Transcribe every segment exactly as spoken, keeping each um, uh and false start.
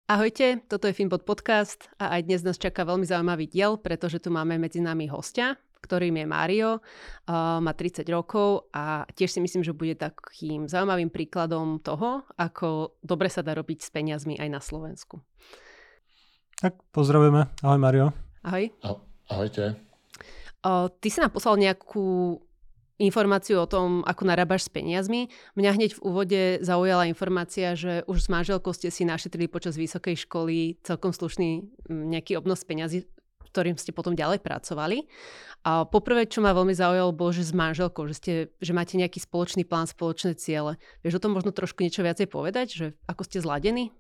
Ahojte, toto je Finbot podcast a aj dnes nás čaká veľmi zaujímavý diel, pretože tu máme medzi nami hostia, ktorým je Mário, uh, má tridsať rokov a tiež si myslím, že bude takým zaujímavým príkladom toho, ako dobre sa dá robiť s peniazmi aj na Slovensku. Tak pozdravujeme. Ahoj Mário. Ahoj. Ahojte. Uh, ty si nám poslal nejakú informáciu o tom, ako narábaš s peniazmi. Mňa hneď v úvode zaujala informácia, že už s manželkou ste si našetrili počas vysokej školy celkom slušný nejaký obnos peňazí, ktorým ste potom ďalej pracovali. A poprvé, čo ma veľmi zaujalo, bolo, že s manželkou, že, ste, že máte nejaký spoločný plán, spoločné ciele. Vieš o tom možno trošku niečo viacej povedať, že ako ste zladení?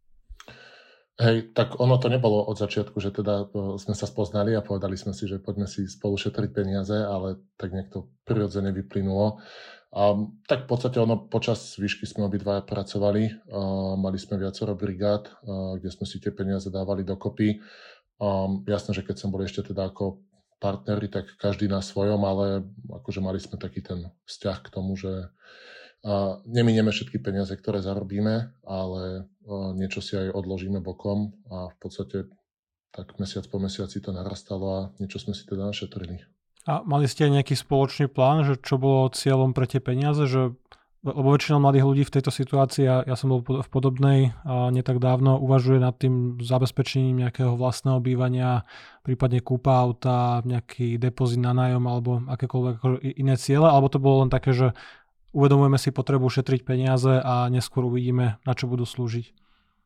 Hej, tak ono to nebolo od začiatku, že teda sme sa spoznali a povedali sme si, že poďme si spolu šetriť peniaze, ale tak nejak to prirodzene vyplynulo. A tak v podstate ono počas výšky sme obidvaja pracovali, a mali sme viacero brigád, a kde sme si tie peniaze dávali dokopy. A jasné, že keď som bol ešte teda ako partneri, tak každý na svojom, ale akože mali sme taký ten vzťah k tomu, že a neminieme všetky peniaze, ktoré zarobíme, ale niečo si aj odložíme bokom a v podstate tak mesiac po mesiaci to narastalo a niečo sme si teda našetrili. A mali ste aj nejaký spoločný plán, že čo bolo cieľom pre tie peniaze? Že, lebo väčšina mladých ľudí v tejto situácii, ja, ja som bol v podobnej a nie tak dávno, uvažuje nad tým zabezpečením nejakého vlastného bývania, prípadne kúpa auta, nejaký depozit na nájom alebo akékoľvek iné ciele, alebo to bolo len také, že uvedomujeme si potrebu šetriť peniaze a neskôr uvidíme, na čo budú slúžiť.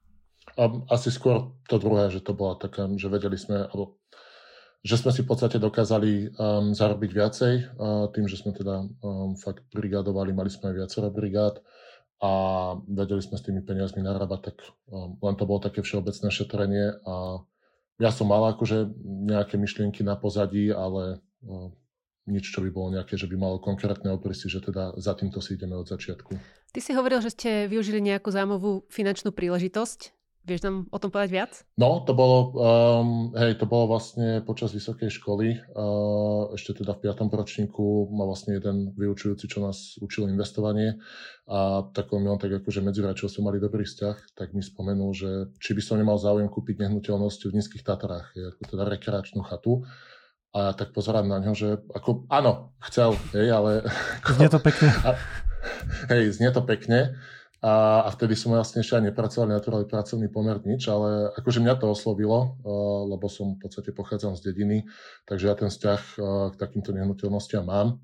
Asi skôr to druhé, že to bola taká, že vedeli sme, alebo, že sme si v podstate dokázali um, zarobiť viacej, uh, tým, že sme teda um, fakt brigádovali, mali sme aj viacero brigád a vedeli sme s tými peniazmi narábať, tak um, len to bolo také všeobecné šetrenie a ja som mal akože nejaké myšlienky na pozadí, ale um, nič, čo by bolo nejaké, že by malo konkrétne obrysy, že teda za týmto si ideme od začiatku. Ty si hovoril, že ste využili nejakú zaujímavú finančnú príležitosť. Vieš nám o tom povedať viac? No, to bolo, um, hej, to bolo vlastne počas vysokej školy. Uh, ešte teda v piatom ročníku ma vlastne jeden vyučujúci, čo nás učil investovanie a takom on tak akože medzi čo sme mali dobrý vzťah, tak mi spomenul, že či by som nemal záujem kúpiť nehnuteľnosť v Nízkych Tatrách, je ako teda rekreačnú chatu. A tak pozerám na ňo, že ako, áno, chcel, hej, ale... Znie to pekne. A, hej, znie to pekne. A, a vtedy som vlastne ešte aj nepracoval, nenatrvali pracovný pomer nič, ale akože mňa to oslovilo, uh, lebo som v podstate pochádzam z dediny, takže ja ten vzťah uh, k takýmto nehnuteľnostiam mám.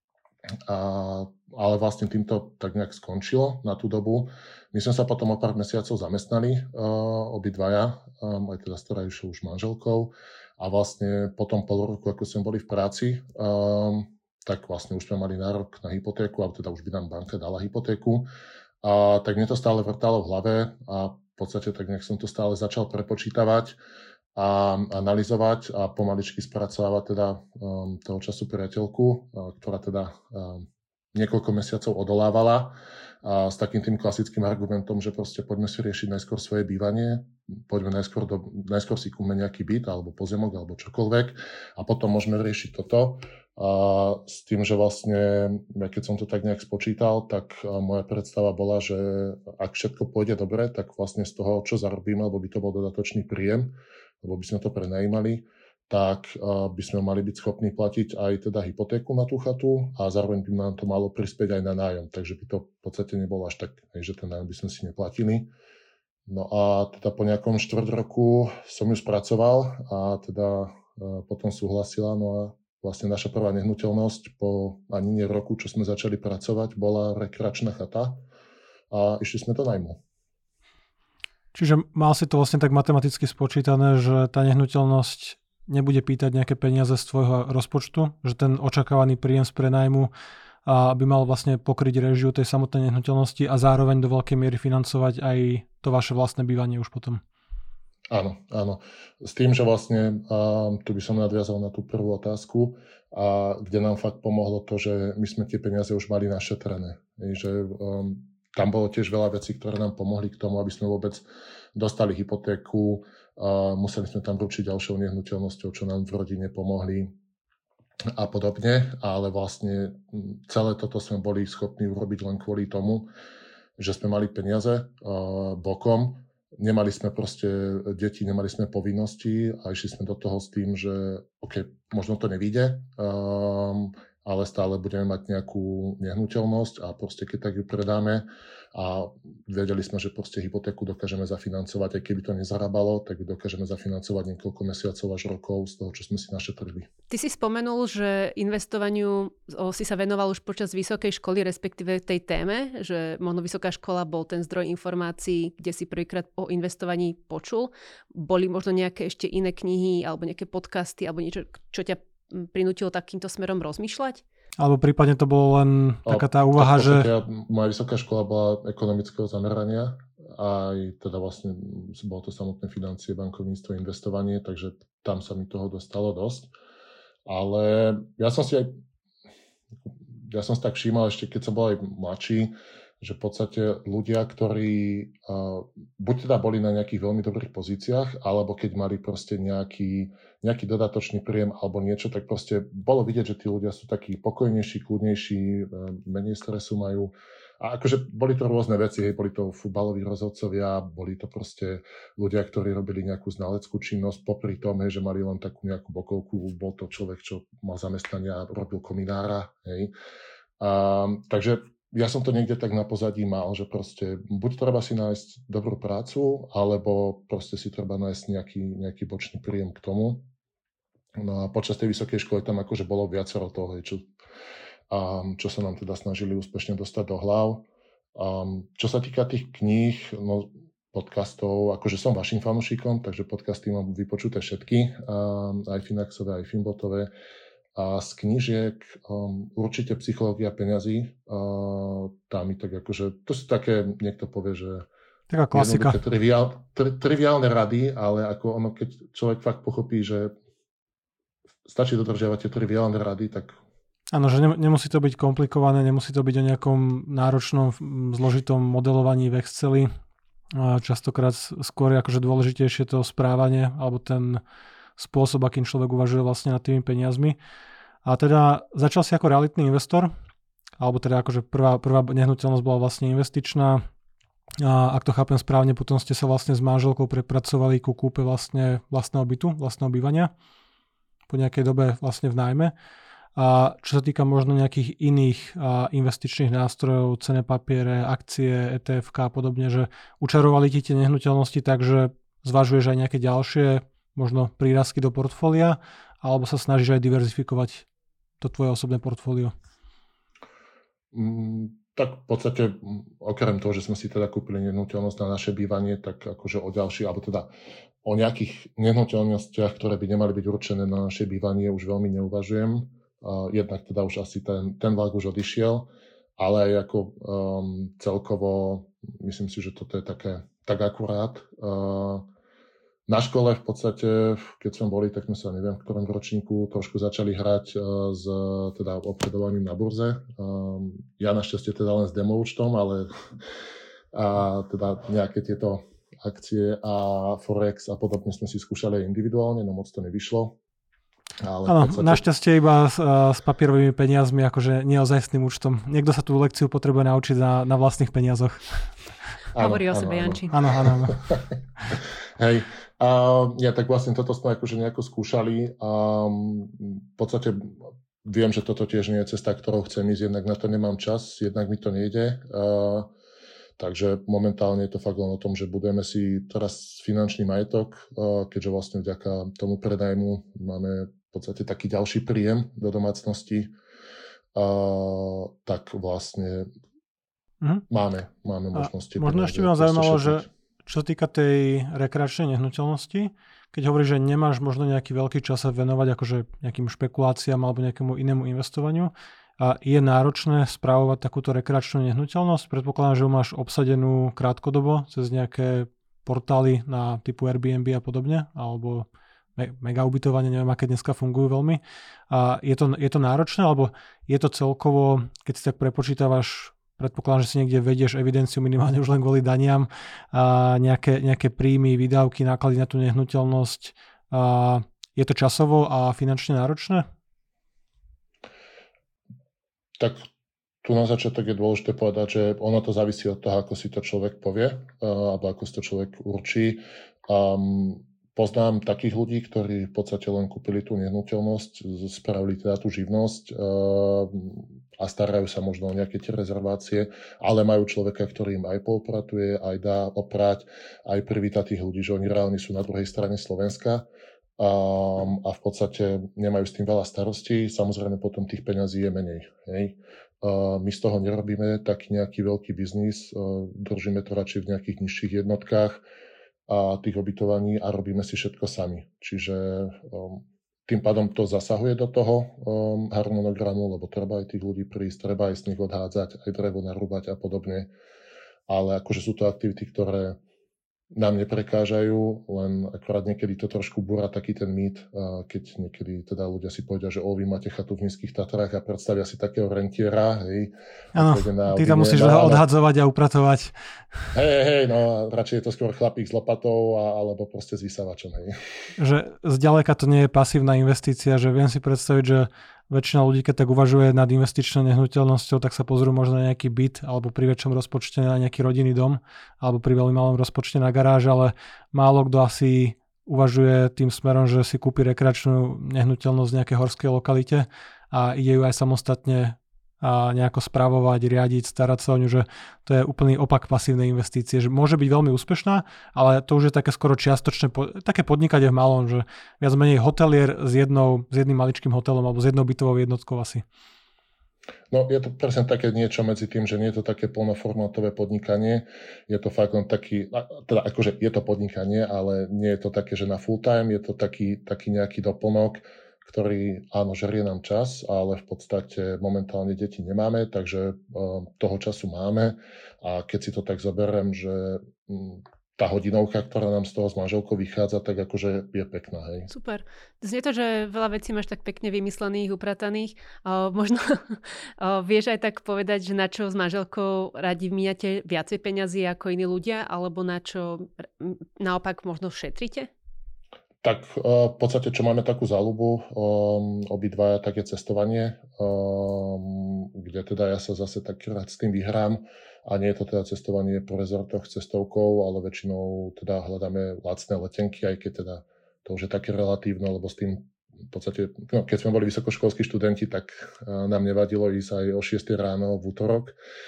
A, ale vlastne týmto tak nejak skončilo na tú dobu. My sme sa potom o pár mesiacov zamestnali, uh, obidvaja, um, aj teda starajšou už manželkou. A vlastne po tom pol roku, ako sme boli v práci, um, tak vlastne už sme mali nárok na hypotéku, alebo teda už by nám banka dala hypotéku. A tak mne to stále vrtalo v hlave a v podstate tak nejak som to stále začal prepočítavať a analyzovať a pomaličky spracovávať teda um, toho času priateľku, uh, ktorá teda um, niekoľko mesiacov odolávala a s takým tým klasickým argumentom, že proste poďme si riešiť najskôr svoje bývanie, poďme najskôr, do, najskôr si kúpme nejaký byt alebo pozemok alebo čokoľvek a potom môžeme riešiť toto. A s tým, že vlastne, keď som to tak nejak spočítal, tak moja predstava bola, že ak všetko pôjde dobre, tak vlastne z toho, čo zarobíme, lebo by to bol dodatočný príjem, lebo by sme to prenajímali, tak by sme mali byť schopní platiť aj teda hypotéku na tú chatu a zároveň by nám to malo prispieť aj na nájom. Takže by to v podstate nebolo až tak, že ten nájom by sme si neplatili. No a teda po nejakom štvrť roku som ju spracoval a teda potom súhlasila. No a vlastne naša prvá nehnuteľnosť po ani nie roku, čo sme začali pracovať, bola rekreačná chata a išli sme do nájmu. Čiže mal si to vlastne tak matematicky spočítané, že tá nehnuteľnosť nebude pýtať nejaké peniaze z tvojho rozpočtu, že ten očakávaný príjem z prenajmu by mal vlastne pokryť režiu tej samotnej nehnuteľnosti a zároveň do veľkej miery financovať aj to vaše vlastné bývanie už potom. Áno, áno. S tým, že vlastne, a tu by som nadviazal na tú prvú otázku, a kde nám fakt pomohlo to, že my sme tie peniaze už mali našetrené. Že um, tam bolo tiež veľa vecí, ktoré nám pomohli k tomu, aby sme vôbec dostali hypotéku, a museli sme tam ručiť ďalšou nehnuteľnosťou, čo nám v rodine pomohli a podobne, ale vlastne celé toto sme boli schopní urobiť len kvôli tomu, že sme mali peniaze uh, bokom, nemali sme proste deti, nemali sme povinnosti a išli sme do toho s tým, že OK, možno to nevíde, um, ale stále budeme mať nejakú nehnuteľnosť a proste keď tak ju predáme a vedeli sme, že proste hypotéku dokážeme zafinancovať, aj keby to nezarábalo, tak ju dokážeme zafinancovať niekoľko mesiacov až rokov z toho, čo sme si našetrili. Ty si spomenul, že investovaniu o, si sa venoval už počas vysokej školy, respektíve tej téme, že možno vysoká škola bol ten zdroj informácií, kde si prvýkrát o investovaní počul. Boli možno nejaké ešte iné knihy alebo nejaké podcasty alebo niečo, čo ťa prinútilo takýmto smerom rozmýšľať? Alebo prípadne to bolo len taká tá úvaha, že... Ja, moja vysoká škola bola ekonomického zamerania a aj teda vlastne bolo to samotné financie, bankovníctvo, investovanie, takže tam sa mi toho dostalo dosť. Ale ja som si aj ja som si tak všímal ešte, keď som bol aj mladší, že v podstate ľudia, ktorí uh, buď teda boli na nejakých veľmi dobrých pozíciách, alebo keď mali proste nejaký, nejaký dodatočný príjem alebo niečo, tak proste bolo vidieť, že tí ľudia sú takí pokojnejší, kľudnejší, uh, menej stresu majú. A akože boli to rôzne veci, hej, boli to futbaloví rozhodcovia, boli to proste ľudia, ktorí robili nejakú znaleckú činnosť, popri tom, hej, že mali len takú nejakú bokovku, bol to človek, čo mal zamestnania, robil kominára, hej. Uh, takže ja som to niekde tak na pozadí mal, že proste buď treba si nájsť dobrú prácu, alebo proste si treba nájsť nejaký, nejaký bočný príjem k tomu. No a počas tej vysokej školy tam akože bolo viacero toho, čo, um, čo sa nám teda snažili úspešne dostať do hlav. Um, čo sa týka tých kníh, no, podcastov, akože som vašim fanúšikom, takže podcasty mám vypočuté všetky, um, aj Finaxové, aj Finbotové. A z knížiek um, určite Psychológia peňazí, uh, tá mi tak akože, to sú také, niekto povie, že taká klasika. Triviál, tri, triviálne rady, ale ako ono, keď človek fakt pochopí, že stačí dodržiavať tie triviálne rady, tak... Áno, že ne, nemusí to byť komplikované, nemusí to byť o nejakom náročnom, zložitom modelovaní v Exceli. Častokrát skôr je akože dôležitejšie to správanie, alebo ten spôsob, akým človek uvažuje vlastne nad tými peniazmi. A teda začal si ako realitný investor, alebo teda akože prvá, prvá nehnuteľnosť bola vlastne investičná. A ak to chápem správne, potom ste sa vlastne s manželkou prepracovali ku kúpe vlastne vlastného bytu, vlastného bývania po nejakej dobe vlastne v nájme. A čo sa týka možno nejakých iných investičných nástrojov, cenné papiere, akcie, é té efka a podobne, že učarovali ti tie nehnuteľnosti tak, že zvažuješ aj nejaké ďalšie možno prírastky do portfólia, alebo sa snažíš aj diverzifikovať to tvoje osobné portfólio? Mm, tak v podstate, okrem toho, že sme si teda kúpili nehnuteľnosť na naše bývanie, tak akože o ďalších, alebo teda o nejakých nehnuteľnostiach, ktoré by nemali byť určené na naše bývanie, už veľmi neuvažujem. Uh, jednak teda už asi ten, ten vlak už odišiel, ale aj ako um, celkovo, myslím si, že toto je také, tak akurát. Uh, Na škole v podstate, keď sme boli, tak sme sa neviem v ktorom ročníku trošku začali hrať uh, s teda obchodovaním na burze. Um, ja našťastie teda len s demoúčtom, ale a teda nejaké tieto akcie a Forex a podobne sme si skúšali aj individuálne, no moc to nevyšlo. Áno, podstate... našťastie iba s, s papierovými peniazmi, akože neozajstným účtom. Niekto sa tú lekciu potrebuje naučiť na, na vlastných peniazoch. Hovorí o sebe, Janči. Áno, áno. Hej, uh, ja tak vlastne toto sme akože nejako skúšali a um, v podstate viem, že toto tiež nie je cesta, ktorou chcem ísť, jednak na to nemám čas, jednak mi to nejde. Uh, takže momentálne je to fakt len o tom, že budeme si teraz finančný majetok, uh, keďže vlastne vďaka tomu predajmu máme v podstate taký ďalší príjem do domácnosti, uh, tak vlastne Mhm. Máme, máme možnosti. Možno ešte by ma zaujímalo, že čo sa týka tej rekreačnej nehnuteľnosti, keď hovoríš, že nemáš možno nejaký veľký čas sa venovať akože nejakým špekuláciám alebo nejakému inému investovaniu, a je náročné správovať takúto rekreačnú nehnuteľnosť? Predpokladám, že ju máš obsadenú krátkodobo cez nejaké portály na typu Airbnb a podobne, alebo mega ubytovanie, neviem, aké dneska fungujú veľmi. A je to, je to náročné, alebo je to celkovo, keď si tak prepočítavaš, predpokladám, že si niekde vedieš evidenciu minimálne už len kvôli daniam, a nejaké, nejaké príjmy, výdavky, náklady na tú nehnuteľnosť. A je to časovo a finančne náročné? Tak tu na začiatok je dôležité povedať, že ono to závisí od toho, ako si to človek povie, alebo ako si to človek určí. Um, Poznám takých ľudí, ktorí v podstate len kúpili tú nehnuteľnosť, spravili teda tú živnosť a starajú sa možno o nejaké tie rezervácie, ale majú človeka, ktorý im aj poopratuje, aj dá oprať, aj privíta tých ľudí, že oni reálne sú na druhej strane Slovenska a, a v podstate nemajú s tým veľa starostí. Samozrejme potom tých peňazí je menej. Hej. My z toho nerobíme taký nejaký veľký biznis, držíme to radšej v nejakých nižších jednotkách a tých ubytovaní a robíme si všetko sami. Čiže um, tým pádom to zasahuje do toho um, harmonogramu, lebo treba aj tých ľudí prísť, treba aj z nich odhádzať, aj drevo narúbať a podobne. Ale akože sú to aktivity, ktoré nám neprekážajú, len akorát niekedy to trošku búra taký ten mýt, keď niekedy teda ľudia si povedia, že o, vy máte chatu v Nízkych Tatrách a predstavia si takého rentiera, hej. Áno, ty tam musíš no, odhadzovať a upratovať. Hej, hej, no radšej je to skôr chlapík s lopatou a, alebo proste s vysávačom, hej. Že zďaleka to nie je pasívna investícia, že viem si predstaviť, že väčšina ľudí, keď tak uvažuje nad investičnou nehnuteľnosťou, tak sa pozrú možno na nejaký byt alebo pri väčšom rozpočte na nejaký rodinný dom alebo pri veľmi malom rozpočte na garáž, ale málo kto asi uvažuje tým smerom, že si kúpi rekreačnú nehnuteľnosť v nejakej horskej lokalite a ide ju aj samostatne a nejako spravovať, riadiť, starať sa o ňu, že to je úplný opak pasívnej investície, že môže byť veľmi úspešná, ale to už je také skoro čiastočné, také podnikanie v malom, že viac menej hotelier s, jednou, s jedným maličkým hotelom alebo s jednou bytovou jednotkou asi. No je to presne také niečo medzi tým, že nie je to také plnoformátové podnikanie, je to fakt len taký, teda akože je to podnikanie, ale nie je to také, že na full time, je to taký, taký nejaký doplnok, ktorý, áno, žerie nám čas, ale v podstate momentálne deti nemáme, takže um, toho času máme a keď si to tak zoberiem, že um, tá hodinovka, ktorá nám z toho s manželkou vychádza, tak akože je pekná, hej. Super. Znie to, že veľa vecí máš tak pekne vymyslených, uprataných. Uh, možno uh, vieš aj tak povedať, že na čo s manželkou radi míňate viacej peňazí ako iní ľudia, alebo na čo naopak možno šetrite? Tak v podstate, čo máme takú záľubu um, obidvaja, tak je cestovanie, um, kde teda ja sa zase tak rád s tým vyhrám a nie je to teda cestovanie po rezortoch cestovkou, ale väčšinou teda hľadáme lacné letenky, aj keď teda to už je také relatívne, lebo s tým v podstate, no, keď sme boli vysokoškolskí študenti, tak uh, nám nevadilo ísť aj o šiestej ráno v útorok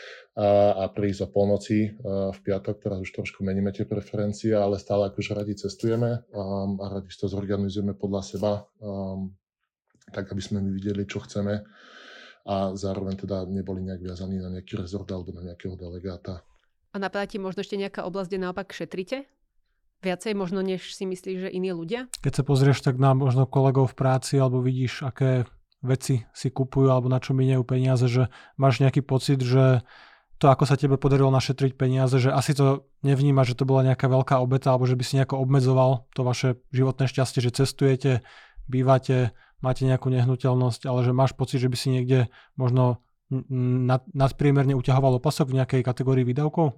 a, a prísť o polnoci v piatok, teraz už trošku meníme tie preferencie, ale stále akože radi cestujeme um, a radi to zorganizujeme podľa seba, um, tak aby sme my videli, čo chceme a zároveň teda neboli nejak viazaní na nejaký rezort alebo na nejakého delegáta. A napadá ti možno ešte nejaká oblasť, kde naopak šetrite? Viacej možno, než si myslíš, že iní ľudia? Keď sa pozrieš tak na možno kolegov v práci alebo vidíš, aké veci si kupujú alebo na čo míňajú peniaze, že máš nejaký pocit, že to, ako sa tebe podarilo našetriť peniaze, že asi to nevnímaš, že to bola nejaká veľká obeta, alebo že by si nejako obmedzoval to vaše životné šťastie, že cestujete, bývate, máte nejakú nehnuteľnosť, ale že máš pocit, že by si niekde možno nad, nadpriemerne uťahoval opasok v nejakej kategórii výdavkov?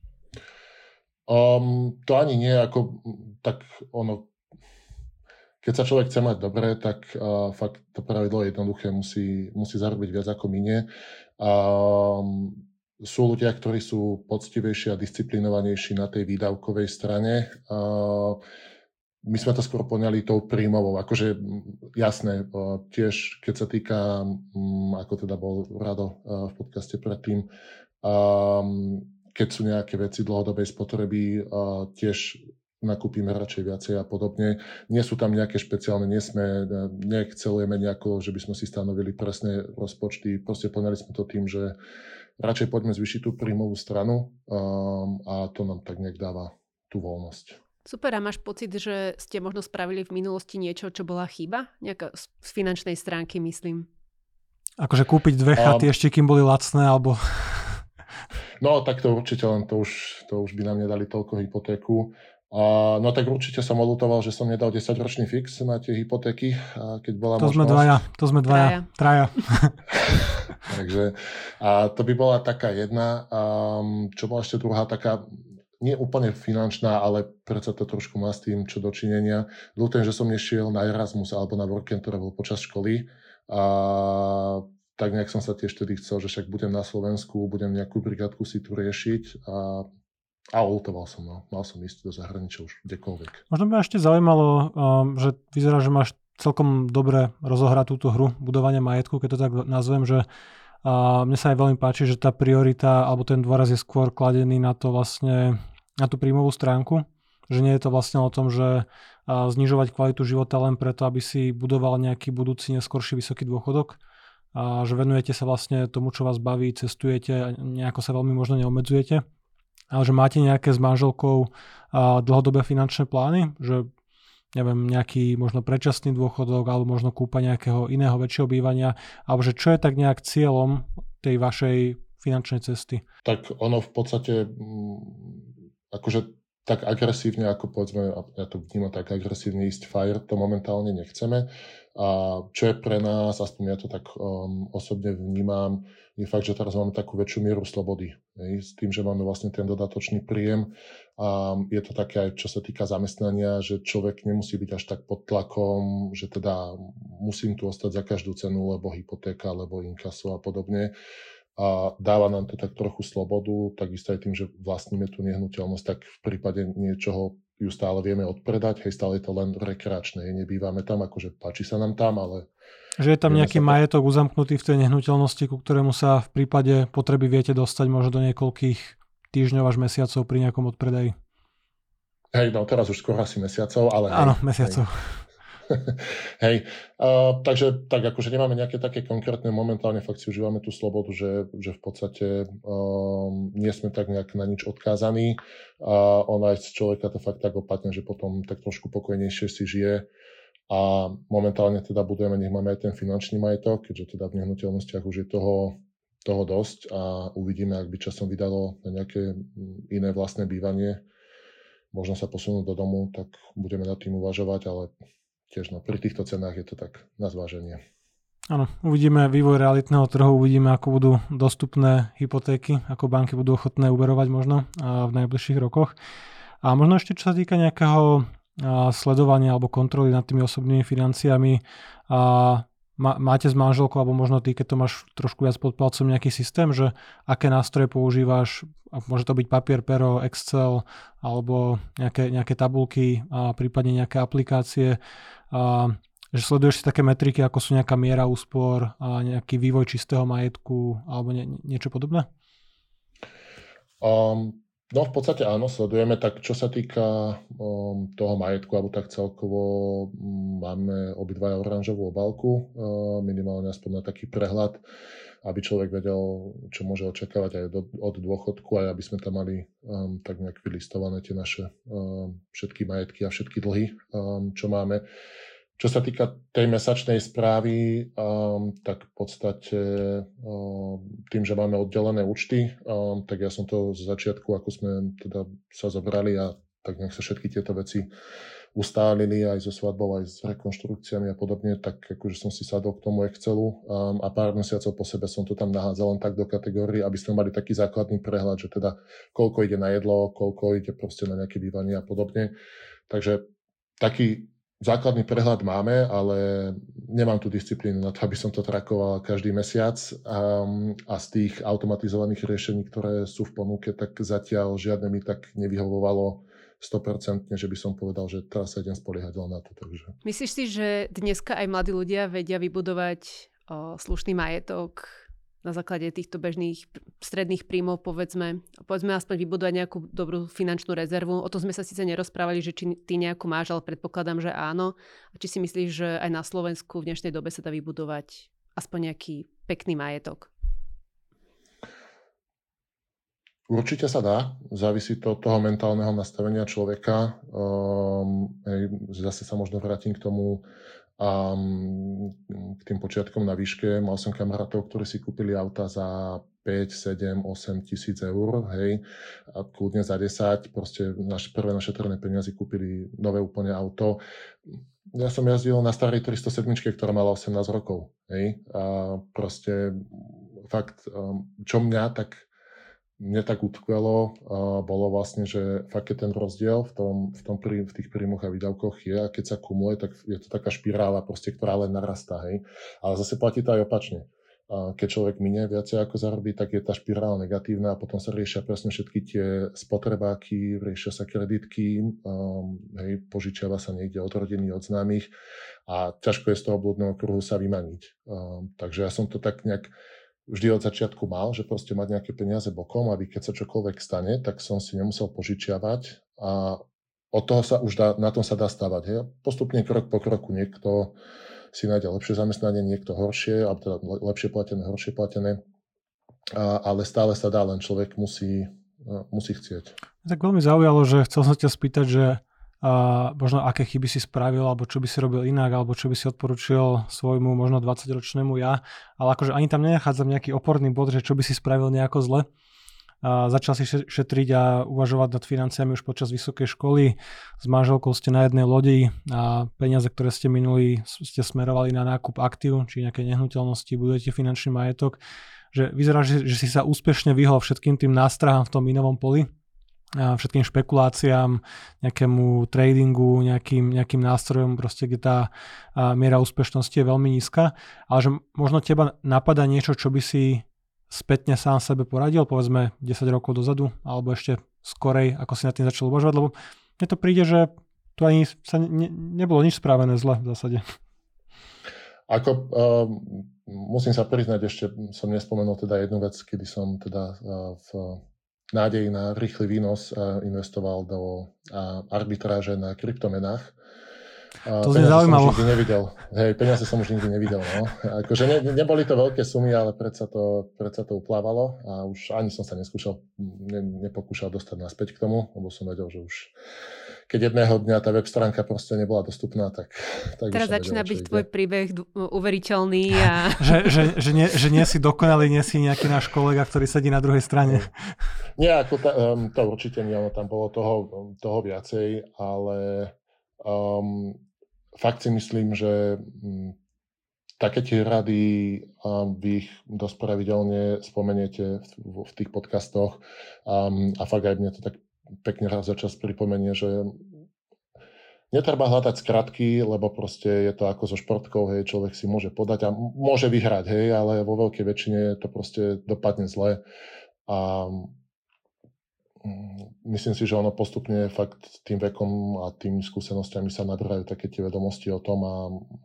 Um, to ani nie, ako tak ono, keď sa človek chce mať dobre, tak uh, fakt to pravidlo je jednoduché, musí, musí zarobiť viac ako minie. Um, Sú ľudia, ktorí sú poctivejší a disciplinovanejší na tej výdavkovej strane. My sme to skôr poňali tou príjmovou. Akože jasné, tiež keď sa týka, ako teda bol Rado v podcaste predtým, keď sú nejaké veci dlhodobej spotreby, tiež nakúpime radšej viacej a podobne. Nie sú tam nejaké špeciálne, nie sme, neexcelujeme nejako, že by sme si stanovili presné rozpočty. Proste poňali sme to tým, že radšej poďme zvýšiť tú príjmovú stranu um, a to nám tak nejak dáva tú voľnosť. Super, a máš pocit, že ste možno spravili v minulosti niečo, čo bola chyba? Nejaká z finančnej stránky, myslím. Akože kúpiť dve chaty um, ešte, kým boli lacné, alebo... No, tak to určite, len to už, to už by nám nedali toľko hypotéku. A, no tak určite som oľutoval, že som nedal desaťročný fix na tie hypotéky, a keď bola to možnosť. Sme dvaja, to sme dvaja, traja. Takže a to by bola taká jedna. Um, čo bola ešte druhá taká, nie úplne finančná, ale predsa to trošku má s tým čo dočinenia. Ľutujem, že som nešiel na Erasmus alebo na Work and Travel počas školy. A tak nejak som sa tiež vtedy chcel, že však budem na Slovensku, budem nejakú brigádku si tu riešiť a, a lutoval som, no. Mal som ísť do zahraničia už kdekoľvek. Možno by ma ešte zaujímalo, um, že vyzerá, že máš celkom dobre rozohrať túto hru budovania majetku, keď to tak nazvem, že uh, mne sa aj veľmi páči, že tá priorita alebo ten dôraz je skôr kladený na to vlastne, na tú príjmovú stránku, že nie je to vlastne o tom, že uh, znižovať kvalitu života len preto, aby si budoval nejaký budúci neskorší vysoký dôchodok, a že venujete sa vlastne tomu, čo vás baví, cestujete a nejako sa veľmi možno neobmedzujete, ale že máte nejaké s manželkou uh, dlhodobé finančné plány, že neviem, nejaký možno predčasný dôchodok alebo možno kúpa nejakého iného väčšieho bývania, alebo že čo je tak nejak cieľom tej vašej finančnej cesty? Tak ono v podstate akože tak agresívne, ako povedzme, ja to vnímam tak agresívne ísť fire, to momentálne nechceme. A čo je pre nás, aspoň ja to tak um, osobne vnímam, je fakt, že teraz máme takú väčšiu mieru slobody. Hej, s tým, že máme vlastne ten dodatočný príjem. A je to také aj, čo sa týka zamestnania, že človek nemusí byť až tak pod tlakom, že teda musím tu ostať za každú cenu, lebo hypotéka, lebo inkaso a podobne. A dáva nám to tak trochu slobodu, takisto aj tým, že vlastníme tú nehnuteľnosť, tak v prípade niečoho ju stále vieme odpredať, hej, stále je to len rekreačné, nebývame tam, akože páči sa nám tam, ale... Že je tam nejaký majetok uzamknutý v tej nehnuteľnosti, ku ktorému sa v prípade potreby viete dostať možno do niekoľkých týždňov až mesiacov pri nejakom odpredaji. Hej, no teraz už skoro asi mesiacov, ale... Áno, hej, mesiacov. Hej. Hej, uh, takže tak akože nemáme nejaké také konkrétne, momentálne fakt si užívame tú slobodu, že, že v podstate um, nie sme tak nejak na nič odkázaní a on aj z človeka to fakt tak opatne, že potom tak trošku pokojnejšie si žije a momentálne teda budujeme, nech máme aj ten finančný majetok, keďže teda v nehnuteľnostiach už je toho, toho dosť a uvidíme, ak by časom vydalo na nejaké iné vlastné bývanie, možno sa posunúť do domu, tak budeme nad tým uvažovať, ale tiež no, pri týchto cenách je to tak na zváženie. Áno, uvidíme vývoj realitného trhu, uvidíme, ako budú dostupné hypotéky, ako banky budú ochotné uverovať možno v najbližších rokoch. A možno ešte, čo sa týka nejakého sledovania alebo kontroly nad tými osobnými financiami, a máte s manželkou, alebo možno ty, keď to máš trošku viac pod palcom, nejaký systém, že aké nástroje používaš, môže to byť papier, pero, Excel, alebo nejaké, nejaké tabulky, a prípadne nejaké aplikácie, a že sleduješ si také metriky, ako sú nejaká miera úspor a nejaký vývoj čistého majetku, alebo nie, niečo podobné? Um, no v podstate áno, sledujeme. Tak čo sa týka um, toho majetku, alebo tak celkovo um, máme obidvaja oranžovú obálku, uh, minimálne aspoň na taký prehľad, aby človek vedel, čo môže očakávať aj do, od dôchodku, aj aby sme tam mali um, tak nejak vylistované tie naše um, všetky majetky a všetky dlhy, um, čo máme. Čo sa týka tej mesačnej správy, um, tak v podstate um, tým, že máme oddelené účty, um, tak ja som to z začiatku, ako sme teda sa zobrali a tak nech sa všetky tieto veci ustálili aj so svadbou, aj s rekonštrukciami a podobne, tak akože som si sadol k tomu Excelu um, a pár mesiacov po sebe som to tam nahádzal len tak do kategórií, aby sme mali taký základný prehľad, že teda koľko ide na jedlo, koľko ide proste na nejaké bývanie a podobne. Takže taký základný prehľad máme, ale nemám tú disciplínu na to, aby som to trakoval každý mesiac um, a z tých automatizovaných riešení, ktoré sú v ponuke, tak zatiaľ žiadne mi tak nevyhovovalo sto percent, že by som povedal, že teraz sa idem spoliehať len na to. Takže. Myslíš si, že dneska aj mladí ľudia vedia vybudovať o, slušný majetok na základe týchto bežných stredných príjmov, povedzme, povedzme aspoň vybudovať nejakú dobrú finančnú rezervu? O tom sme sa síce nerozprávali, že či ty nejakú máš, ale predpokladám, že áno. A či si myslíš, že aj na Slovensku v dnešnej dobe sa dá vybudovať aspoň nejaký pekný majetok? Určite sa dá, závisí to od toho mentálneho nastavenia človeka. Um, hej, zase sa možno vrátim k tomu, um, k tým počiatkom na výške. Mal som kamarátov, ktorí si kúpili auta za päť, sedem, osem tisíc eur, hej, a kľudne za desať, proste naš, prvé našetrené peniaze kúpili nové úplne auto. Ja som jazdil na starej tristosedem, ktorá mala osemnásť rokov, hej, a proste fakt, um, čo mňa tak mne tak utkvelo, uh, bolo vlastne, že fakt je ten rozdiel v, tom, v, tom prí, v tých príjmoch a výdavkoch je a keď sa kumuluje, tak je to taká špirála, proste, ktorá len narastá. Hej. Ale zase platí to aj opačne. keď človek minie viacej ako zarobí, tak je tá špirála negatívna a potom sa riešia presne všetky tie spotrebáky, riešia sa kreditky, um, hej, požičiava sa niekde od rodiny, od známych a ťažko je z toho blúdneho kruhu sa vymaniť. Um, takže ja som to tak nejak vždy od začiatku mal, že proste mať nejaké peniaze bokom, aby keď sa čokoľvek stane, tak som si nemusel požičiavať a od toho sa už dá, na tom sa dá stavať. Hej. Postupne krok po kroku niekto si nájde lepšie zamestnanie, niekto horšie, alebo teda lepšie platené, horšie platené. A, ale stále sa dá, len človek musí, musí chcieť. Tak veľmi zaujalo, že chcel som ťa spýtať, že a možno aké chyby si spravil, alebo čo by si robil inak, alebo čo by si odporučil svojmu možno dvadsaťročnému ja. Ale akože ani tam nenachádzam nejaký oporný bod, že čo by si spravil nejako zle. A začal si šetriť a uvažovať nad financiami už počas vysokej školy. S manželkou ste na jednej lodi a peniaze, ktoré ste minuli, ste smerovali na nákup aktív, či nejaké nehnuteľnosti, budujete finančný majetok. Že vyzerá, že, že si sa úspešne vyhol všetkým tým nástrahám v tom inovom poli, a všetkým špekuláciám, nejakému tradingu, nejakým, nejakým nástrojom, proste, kde tá miera úspešnosti je veľmi nízka. Ale že možno teba napadá niečo, čo by si spätne sám sebe poradil, povedzme desať rokov dozadu, alebo ešte skorej, ako si na tým začal uvažovať, lebo mne to príde, že tu ani sa ne, nebolo nič správené zle v zásade. Ako, uh, musím sa priznať, ešte som nespomenul teda jednu vec, kedy som teda uh, v nádeji na rýchly výnos uh, investoval do uh, arbitráže na kryptomenách. To znie zaujímavo. Som už nikdy nevidel. Hej, peniaze som už nikdy nevidel. No. Akože ne, neboli to veľké sumy, ale predsa to, predsa to uplávalo a už ani som sa neskúšal, ne, nepokúšal dostať naspäť k tomu, lebo som vedel, že už keď jedného dňa tá web stránka proste nebola dostupná, tak... tak teraz začína byť tvoj príbeh uveriteľný a... že, že, že, nie, že nie si dokonalý, nie si nejaký náš kolega, ktorý sedí na druhej strane. Nie, ako ta, um, to určite nie, ono tam bolo toho, toho viacej, ale... Um, fakt si myslím, že um, také tie rady um, vy ich dosť pravidelne spomeniete v, v tých podcastoch um, a fakt aj mne to tak pekne raz za čas pripomenie, že netreba hľadať skratky, lebo proste je to ako so športkou, hej, človek si môže podať a môže vyhrať, hej, ale vo veľkej väčšine to proste dopadne zle a myslím si, že ono postupne fakt tým vekom a tými skúsenostiami sa naberajú také tie vedomosti o tom a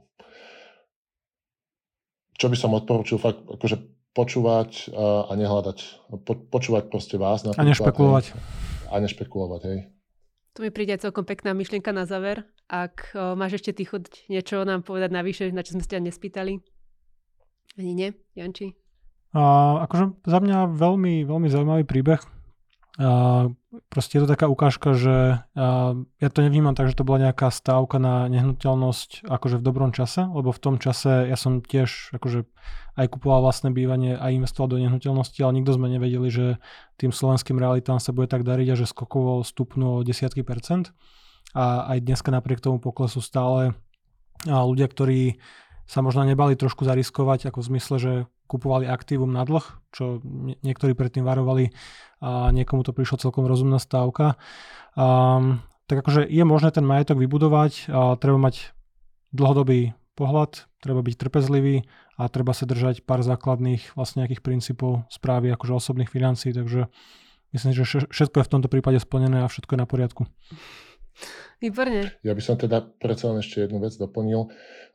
čo by som odporučil fakt akože počúvať a, a nehľadať. Po, počúvať proste vás. A nešpekulovať. Hej, a nešpekulovať, hej. To mi príde celkom pekná myšlienka na záver. Ak o, máš ešte ty chuť niečo nám povedať navyše, na čo sme ste nespýtali? Ani nie, Janči? A, akože za mňa veľmi, veľmi zaujímavý príbeh. A proste je to taká ukážka, že a ja to nevnímam tak, že to bola nejaká stávka na nehnuteľnosť akože v dobrom čase, lebo v tom čase ja som tiež akože aj kupoval vlastné bývanie a investoval do nehnuteľnosti, ale nikto sme nevedeli, že tým slovenským realitám sa bude tak dariť a že skokovo stupnú o desiatky percent. A aj dneska napriek tomu poklesu stále ľudia, ktorí sa možno nebali trošku zariskovať, ako v zmysle, že kupovali aktívum na dlh, čo niektorí predtým varovali a niekomu to prišlo celkom rozumná stávka. Um, tak akože je možné ten majetok vybudovať, a treba mať dlhodobý pohľad, treba byť trpezlivý a treba sa držať pár základných vlastne nejakých princípov správy akože osobných financií, takže myslím, že všetko je v tomto prípade splnené a všetko je na poriadku. Výborne. Ja by som teda predsa len ešte jednu vec doplnil.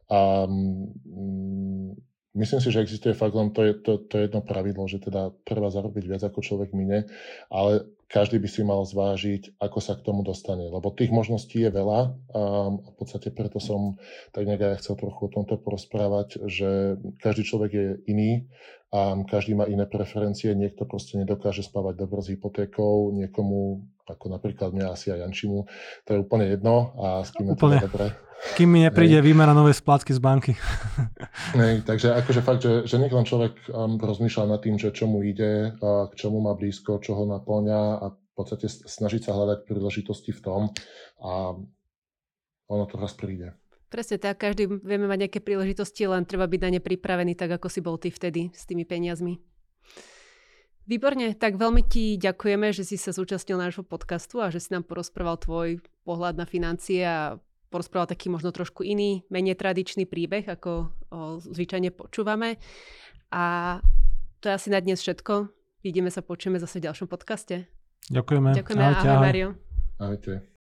Um, Myslím si, že existuje fakt len to, je, to, to jedno pravidlo, že teda treba zarobiť viac ako človek mine, ale každý by si mal zvážiť, ako sa k tomu dostane, lebo tých možností je veľa a v podstate preto som tak nejak aj chcel trochu o tomto porozprávať, že každý človek je iný a každý má iné preferencie, niekto proste nedokáže spávať dobre s hypotékou, niekomu, ako napríklad mňa asi aj Jančimu, to je úplne jedno a s kým je to dobre. Kým mi nepríde výmena novej splátky z banky. Nej, takže akože fakt, že, že nech len človek um, rozmýšľa nad tým, že čo mu ide, a k čomu má blízko, čo ho naplňa a v podstate snažiť sa hľadať príležitosti v tom a ono to raz príde. Presne tak, každý vieme mať nejaké príležitosti, len treba byť na ne pripravený, tak ako si bol ty vtedy s tými peniazmi. Výborne, tak veľmi ti ďakujeme, že si sa zúčastnil nášho podcastu a že si nám porozprával tvoj pohľad na financie a porozprával taký možno trošku iný, menej tradičný príbeh, ako o, zvyčajne počúvame. A to je asi na dnes všetko. Vidíme sa, počujeme zase v ďalšom podcaste. Ďakujeme. Ďakujeme, ahoj, ahoj Mário. Ahojte.